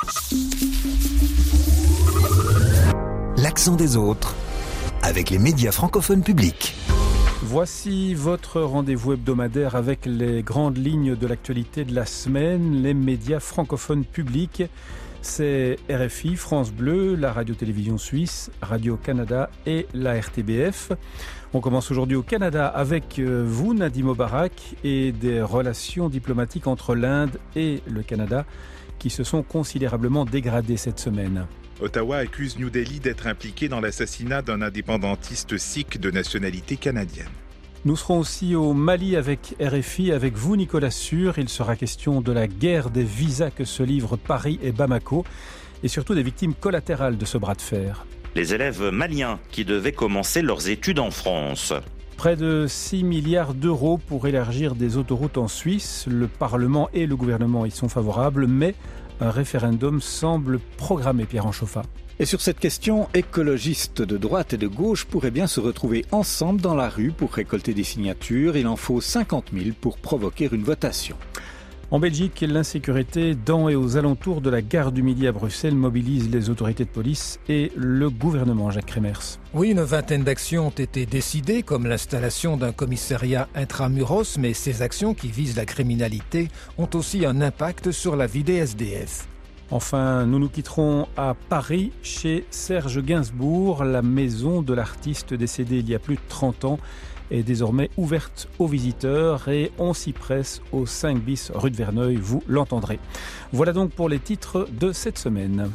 L'accent des autres, avec les médias francophones publics. Voici votre rendez-vous hebdomadaire avec les grandes lignes de l'actualité de la semaine, les médias francophones publics. C'est RFI, France Bleu, la radio-télévision suisse, Radio-Canada et la RTBF. On commence aujourd'hui au Canada avec vous, Nadim Mobarak, et des relations diplomatiques entre l'Inde et le Canada qui se sont considérablement dégradées cette semaine. Ottawa accuse New Delhi d'être impliqué dans l'assassinat d'un indépendantiste sikh de nationalité canadienne. Nous serons aussi au Mali avec RFI, avec vous Nicolas Sûr. Il sera question de la guerre des visas que se livrent Paris et Bamako et surtout des victimes collatérales de ce bras de fer. Les élèves maliens qui devaient commencer leurs études en France. Près de 6 milliards d'euros pour élargir des autoroutes en Suisse. Le Parlement et le gouvernement y sont favorables, mais un référendum semble programmé, Pierre Anchoffat. Et sur cette question, écologistes de droite et de gauche pourraient bien se retrouver ensemble dans la rue pour récolter des signatures. Il en faut 50 000 pour provoquer une votation. En Belgique, l'insécurité dans et aux alentours de la gare du Midi à Bruxelles mobilise les autorités de police et le gouvernement, Jacques Kremers. Oui, une vingtaine d'actions ont été décidées, comme l'installation d'un commissariat intramuros, mais ces actions qui visent la criminalité ont aussi un impact sur la vie des SDF. Enfin, nous nous quitterons à Paris, chez Serge Gainsbourg. La maison de l'artiste décédé il y a plus de 30 ans est désormais ouverte aux visiteurs et on s'y presse au 5 bis rue de Verneuil, vous l'entendrez. Voilà donc pour les titres de cette semaine.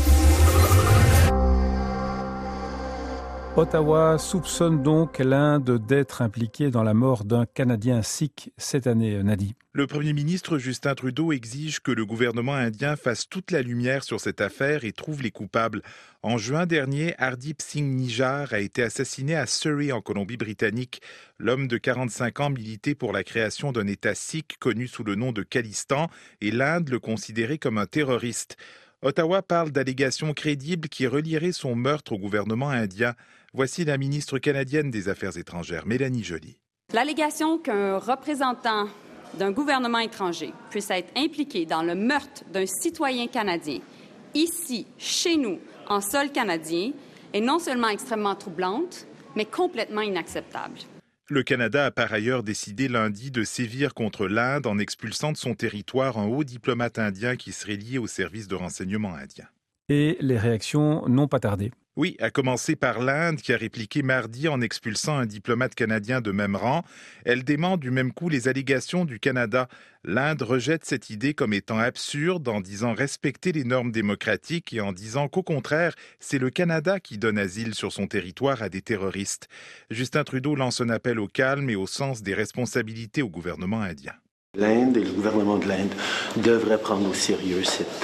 Ottawa soupçonne donc l'Inde d'être impliquée dans la mort d'un Canadien sikh cette année, Nadi. Le Premier ministre Justin Trudeau exige que le gouvernement indien fasse toute la lumière sur cette affaire et trouve les coupables. En juin dernier, Hardeep Singh Nijjar a été assassiné à Surrey en Colombie-Britannique. L'homme de 45 ans militait pour la création d'un État sikh connu sous le nom de Khalistan et l'Inde le considérait comme un terroriste. Ottawa parle d'allégations crédibles qui relieraient son meurtre au gouvernement indien. Voici la ministre canadienne des Affaires étrangères, Mélanie Joly. L'allégation qu'un représentant d'un gouvernement étranger puisse être impliqué dans le meurtre d'un citoyen canadien, ici, chez nous, en sol canadien, est non seulement extrêmement troublante, mais complètement inacceptable. Le Canada a par ailleurs décidé lundi de sévir contre l'Inde en expulsant de son territoire un haut diplomate indien qui serait lié au service de renseignement indien. Et les réactions n'ont pas tardé. Oui, à commencer par l'Inde qui a répliqué mardi en expulsant un diplomate canadien de même rang. Elle dément du même coup les allégations du Canada. L'Inde rejette cette idée comme étant absurde en disant respecter les normes démocratiques et en disant qu'au contraire, c'est le Canada qui donne asile sur son territoire à des terroristes. Justin Trudeau lance un appel au calme et au sens des responsabilités au gouvernement indien. L'Inde et le gouvernement de l'Inde devraient prendre au sérieux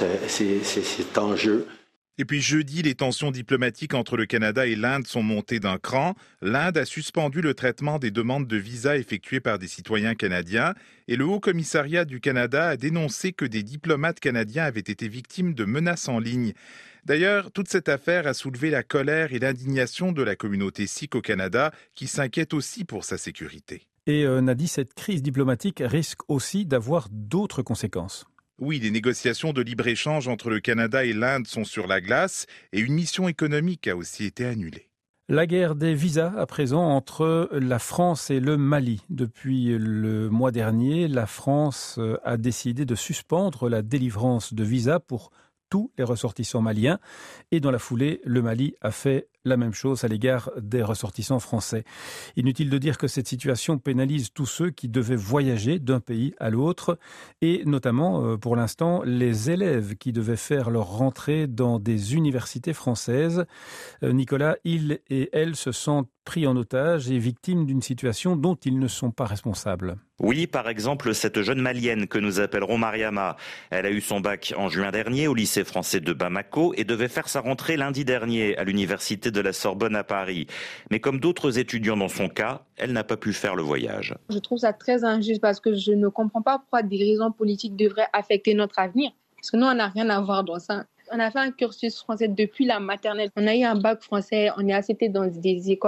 cet enjeu. Et puis jeudi, les tensions diplomatiques entre le Canada et l'Inde sont montées d'un cran. L'Inde a suspendu le traitement des demandes de visa effectuées par des citoyens canadiens et le Haut-Commissariat du Canada a dénoncé que des diplomates canadiens avaient été victimes de menaces en ligne. D'ailleurs, toute cette affaire a soulevé la colère et l'indignation de la communauté sikh au Canada qui s'inquiète aussi pour sa sécurité. Et Nadi, cette crise diplomatique risque aussi d'avoir d'autres conséquences. Oui, les négociations de libre-échange entre le Canada et l'Inde sont sur la glace et une mission économique a aussi été annulée. La guerre des visas à présent entre la France et le Mali. Depuis le mois dernier, la France a décidé de suspendre la délivrance de visas pour tous les ressortissants maliens. Et dans la foulée, le Mali a fait la même chose à l'égard des ressortissants français. Inutile de dire que cette situation pénalise tous ceux qui devaient voyager d'un pays à l'autre et notamment, pour l'instant, les élèves qui devaient faire leur rentrée dans des universités françaises. Nicolas, ils et elles se sentent pris en otage et victimes d'une situation dont ils ne sont pas responsables. Oui, par exemple, cette jeune malienne que nous appellerons Mariama. Elle a eu son bac en juin dernier au lycée français de Bamako et devait faire sa rentrée lundi dernier à l'université de la Sorbonne à Paris. Mais comme d'autres étudiants dans son cas, elle n'a pas pu faire le voyage. Je trouve ça très injuste parce que je ne comprends pas pourquoi des raisons politiques devraient affecter notre avenir. Parce que nous, on n'a rien à voir dans ça. On a fait un cursus français depuis la maternelle. On a eu un bac français, on est accepté dans des écoles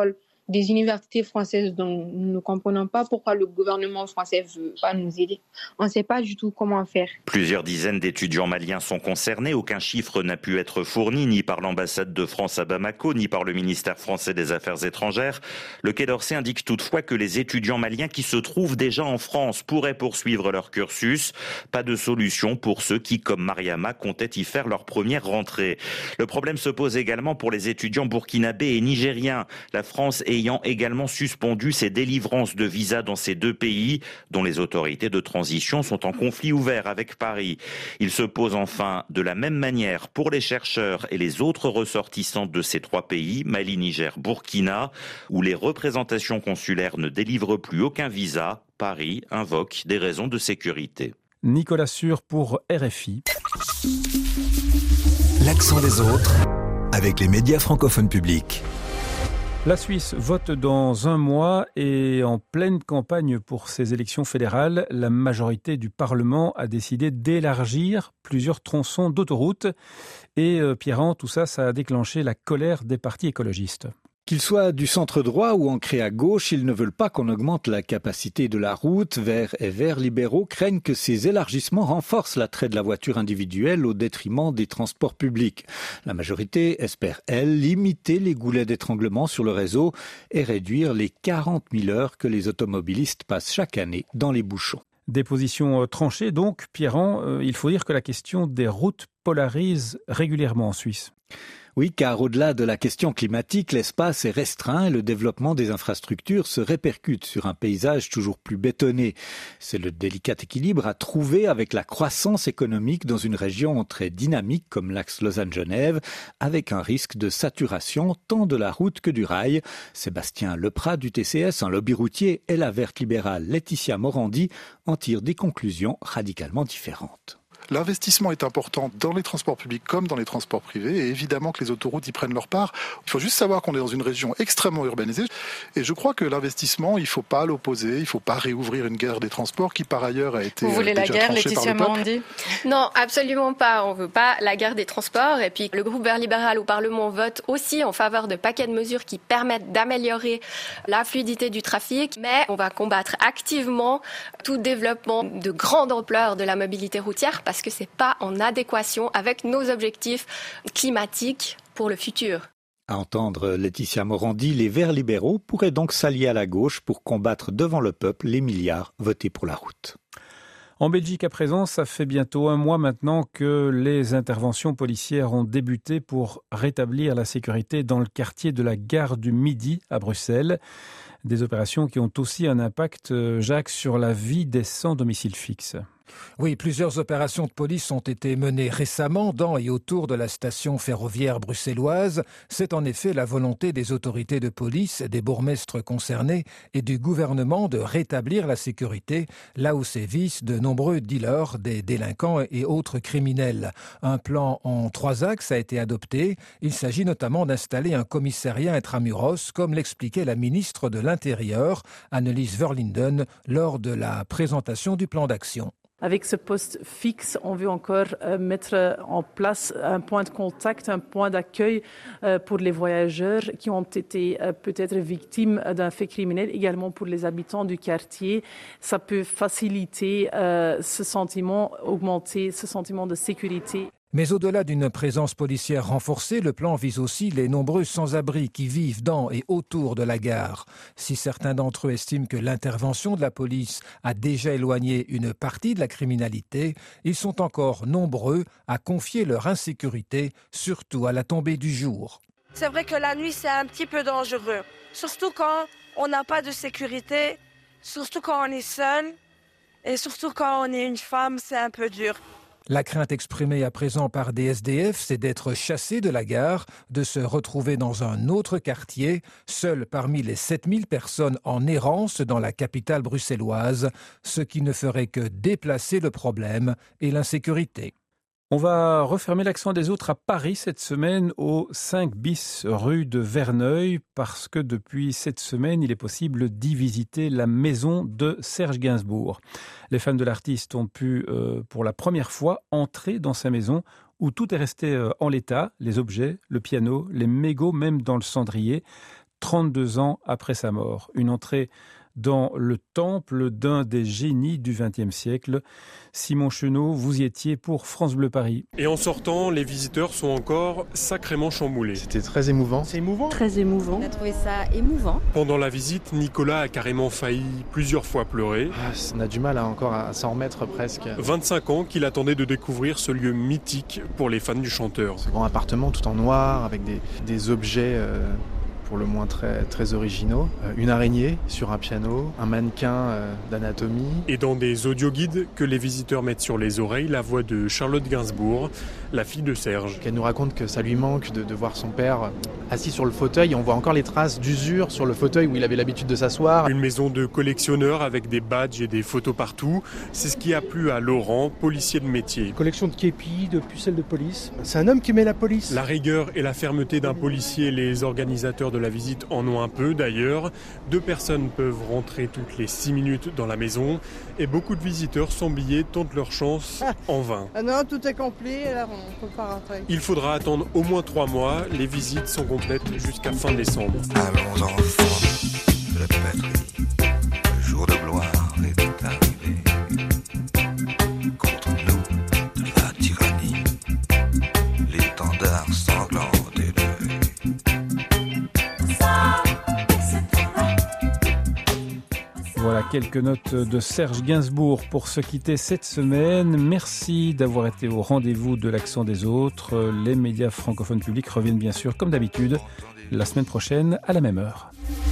des universités françaises dont nous ne comprenons pas pourquoi le gouvernement français ne veut pas nous aider. On ne sait pas du tout comment faire. Plusieurs dizaines d'étudiants maliens sont concernés. Aucun chiffre n'a pu être fourni, ni par l'ambassade de France à Bamako, ni par le ministère français des Affaires étrangères. Le Quai d'Orsay indique toutefois que les étudiants maliens qui se trouvent déjà en France pourraient poursuivre leur cursus. Pas de solution pour ceux qui, comme Mariama, comptaient y faire leur première rentrée. Le problème se pose également pour les étudiants burkinabés et nigériens. La France ayant également suspendu ses délivrances de visas dans ces deux pays, dont les autorités de transition sont en conflit ouvert avec Paris. Il se pose enfin de la même manière pour les chercheurs et les autres ressortissants de ces trois pays, Mali, Niger, Burkina, où les représentations consulaires ne délivrent plus aucun visa. Paris invoque des raisons de sécurité. Nicolas Sûr pour RFI. L'accent des autres avec les médias francophones publics. La Suisse vote dans un mois et en pleine campagne pour ces élections fédérales, la majorité du Parlement a décidé d'élargir plusieurs tronçons d'autoroutes. Et Pierrand, tout ça a déclenché la colère des partis écologistes. Qu'ils soient du centre droit ou ancrés à gauche, ils ne veulent pas qu'on augmente la capacité de la route. Verts et Verts libéraux craignent que ces élargissements renforcent l'attrait de la voiture individuelle au détriment des transports publics. La majorité espère, elle, limiter les goulets d'étranglement sur le réseau et réduire les 40 000 heures que les automobilistes passent chaque année dans les bouchons. Des positions tranchées donc, Pierrand, il faut dire que la question des routes polarise régulièrement en Suisse. Oui, car au-delà de la question climatique, l'espace est restreint et le développement des infrastructures se répercute sur un paysage toujours plus bétonné. C'est le délicat équilibre à trouver avec la croissance économique dans une région très dynamique comme l'axe Lausanne-Genève, avec un risque de saturation tant de la route que du rail. Sébastien Leprat du TCS, un lobby routier, et la verte libérale Laetitia Morandi en tirent des conclusions radicalement différentes. L'investissement est important dans les transports publics comme dans les transports privés et évidemment que les autoroutes y prennent leur part. Il faut juste savoir qu'on est dans une région extrêmement urbanisée et je crois que l'investissement, il ne faut pas l'opposer, il ne faut pas réouvrir une guerre des transports qui par ailleurs a été Vous voulez déjà la guerre, tranchée Laetitia par le peuple. Morandi ? Non, absolument pas. On ne veut pas la guerre des transports. Et puis le groupe Vert libéral au Parlement vote aussi en faveur de paquets de mesures qui permettent d'améliorer la fluidité du trafic. Mais on va combattre activement tout développement de grande ampleur de la mobilité routière parce que c'est pas en adéquation avec nos objectifs climatiques pour le futur. À entendre Laetitia Morandi, les Verts libéraux pourraient donc s'allier à la gauche pour combattre devant le peuple les milliards votés pour la route. En Belgique à présent, ça fait bientôt un mois maintenant que les interventions policières ont débuté pour rétablir la sécurité dans le quartier de la gare du Midi à Bruxelles. Des opérations qui ont aussi un impact, Jacques, sur la vie des sans domicile fixe. Oui, plusieurs opérations de police ont été menées récemment dans et autour de la station ferroviaire bruxelloise. C'est en effet la volonté des autorités de police, des bourgmestres concernés et du gouvernement de rétablir la sécurité là où sévissent de nombreux dealers, des délinquants et autres criminels. Un plan en 3 axes a été adopté. Il s'agit notamment d'installer un commissariat intramuros, comme l'expliquait la ministre de l'Intérieur, Annelies Verlinden, lors de la présentation du plan d'action. Avec ce poste fixe, on veut encore mettre en place un point de contact, un point d'accueil pour les voyageurs qui ont été peut-être victimes d'un fait criminel, également pour les habitants du quartier. Ça peut faciliter ce sentiment, augmenter ce sentiment de sécurité. Mais au-delà d'une présence policière renforcée, le plan vise aussi les nombreux sans-abri qui vivent dans et autour de la gare. Si certains d'entre eux estiment que l'intervention de la police a déjà éloigné une partie de la criminalité, ils sont encore nombreux à confier leur insécurité, surtout à la tombée du jour. C'est vrai que la nuit, c'est un petit peu dangereux, surtout quand on n'a pas de sécurité, surtout quand on est seul et surtout quand on est une femme, c'est un peu dur. La crainte exprimée à présent par des SDF, c'est d'être chassés de la gare, de se retrouver dans un autre quartier, seul parmi les 7000 personnes en errance dans la capitale bruxelloise, ce qui ne ferait que déplacer le problème et l'insécurité. On va refermer l'accent des autres à Paris cette semaine au 5 bis rue de Verneuil parce que depuis cette semaine, il est possible d'y visiter la maison de Serge Gainsbourg. Les fans de l'artiste ont pu pour la première fois entrer dans sa maison où tout est resté en l'état, les objets, le piano, les mégots même dans le cendrier. 32 ans après sa mort. Une entrée dans le temple d'un des génies du XXe siècle. Simon Chenot, vous y étiez pour France Bleu Paris. Et en sortant, les visiteurs sont encore sacrément chamboulés. C'était très émouvant. C'est émouvant ? Très émouvant. On a trouvé ça émouvant. Pendant la visite, Nicolas a carrément failli plusieurs fois pleurer. On a du mal encore à s'en remettre presque. 25 ans qu'il attendait de découvrir ce lieu mythique pour les fans du chanteur. Ce grand appartement tout en noir avec des objets pour le moins très originaux. Une araignée sur un piano, un mannequin d'anatomie. Et dans des audioguides que les visiteurs mettent sur les oreilles, la voix de Charlotte Gainsbourg, la fille de Serge. Elle nous raconte que ça lui manque de voir son père assis sur le fauteuil. On voit encore les traces d'usure sur le fauteuil où il avait l'habitude de s'asseoir. Une maison de collectionneur avec des badges et des photos partout. C'est ce qui a plu à Laurent, policier de métier. Collection de képis, de pucelles de police. C'est un homme qui met la police. La rigueur et la fermeté d'un policier, les organisateurs de la visite en ont un peu d'ailleurs. 2 personnes peuvent rentrer toutes les 6 minutes dans la maison et beaucoup de visiteurs sans billets tentent leur chance en vain. Ah non, tout est complet, alors on ne peut pas rentrer. Il faudra attendre au moins 3 mois. Les visites sont complètes jusqu'à fin décembre. Allons enfants de la patrie, le jour de gloire est arrivé. Contre nous de la tyrannie, l'étendard sanglant élevé. Voilà quelques notes de Serge Gainsbourg pour se quitter cette semaine. Merci d'avoir été au rendez-vous de l'accent des autres. Les médias francophones publics reviennent bien sûr comme d'habitude la semaine prochaine à la même heure.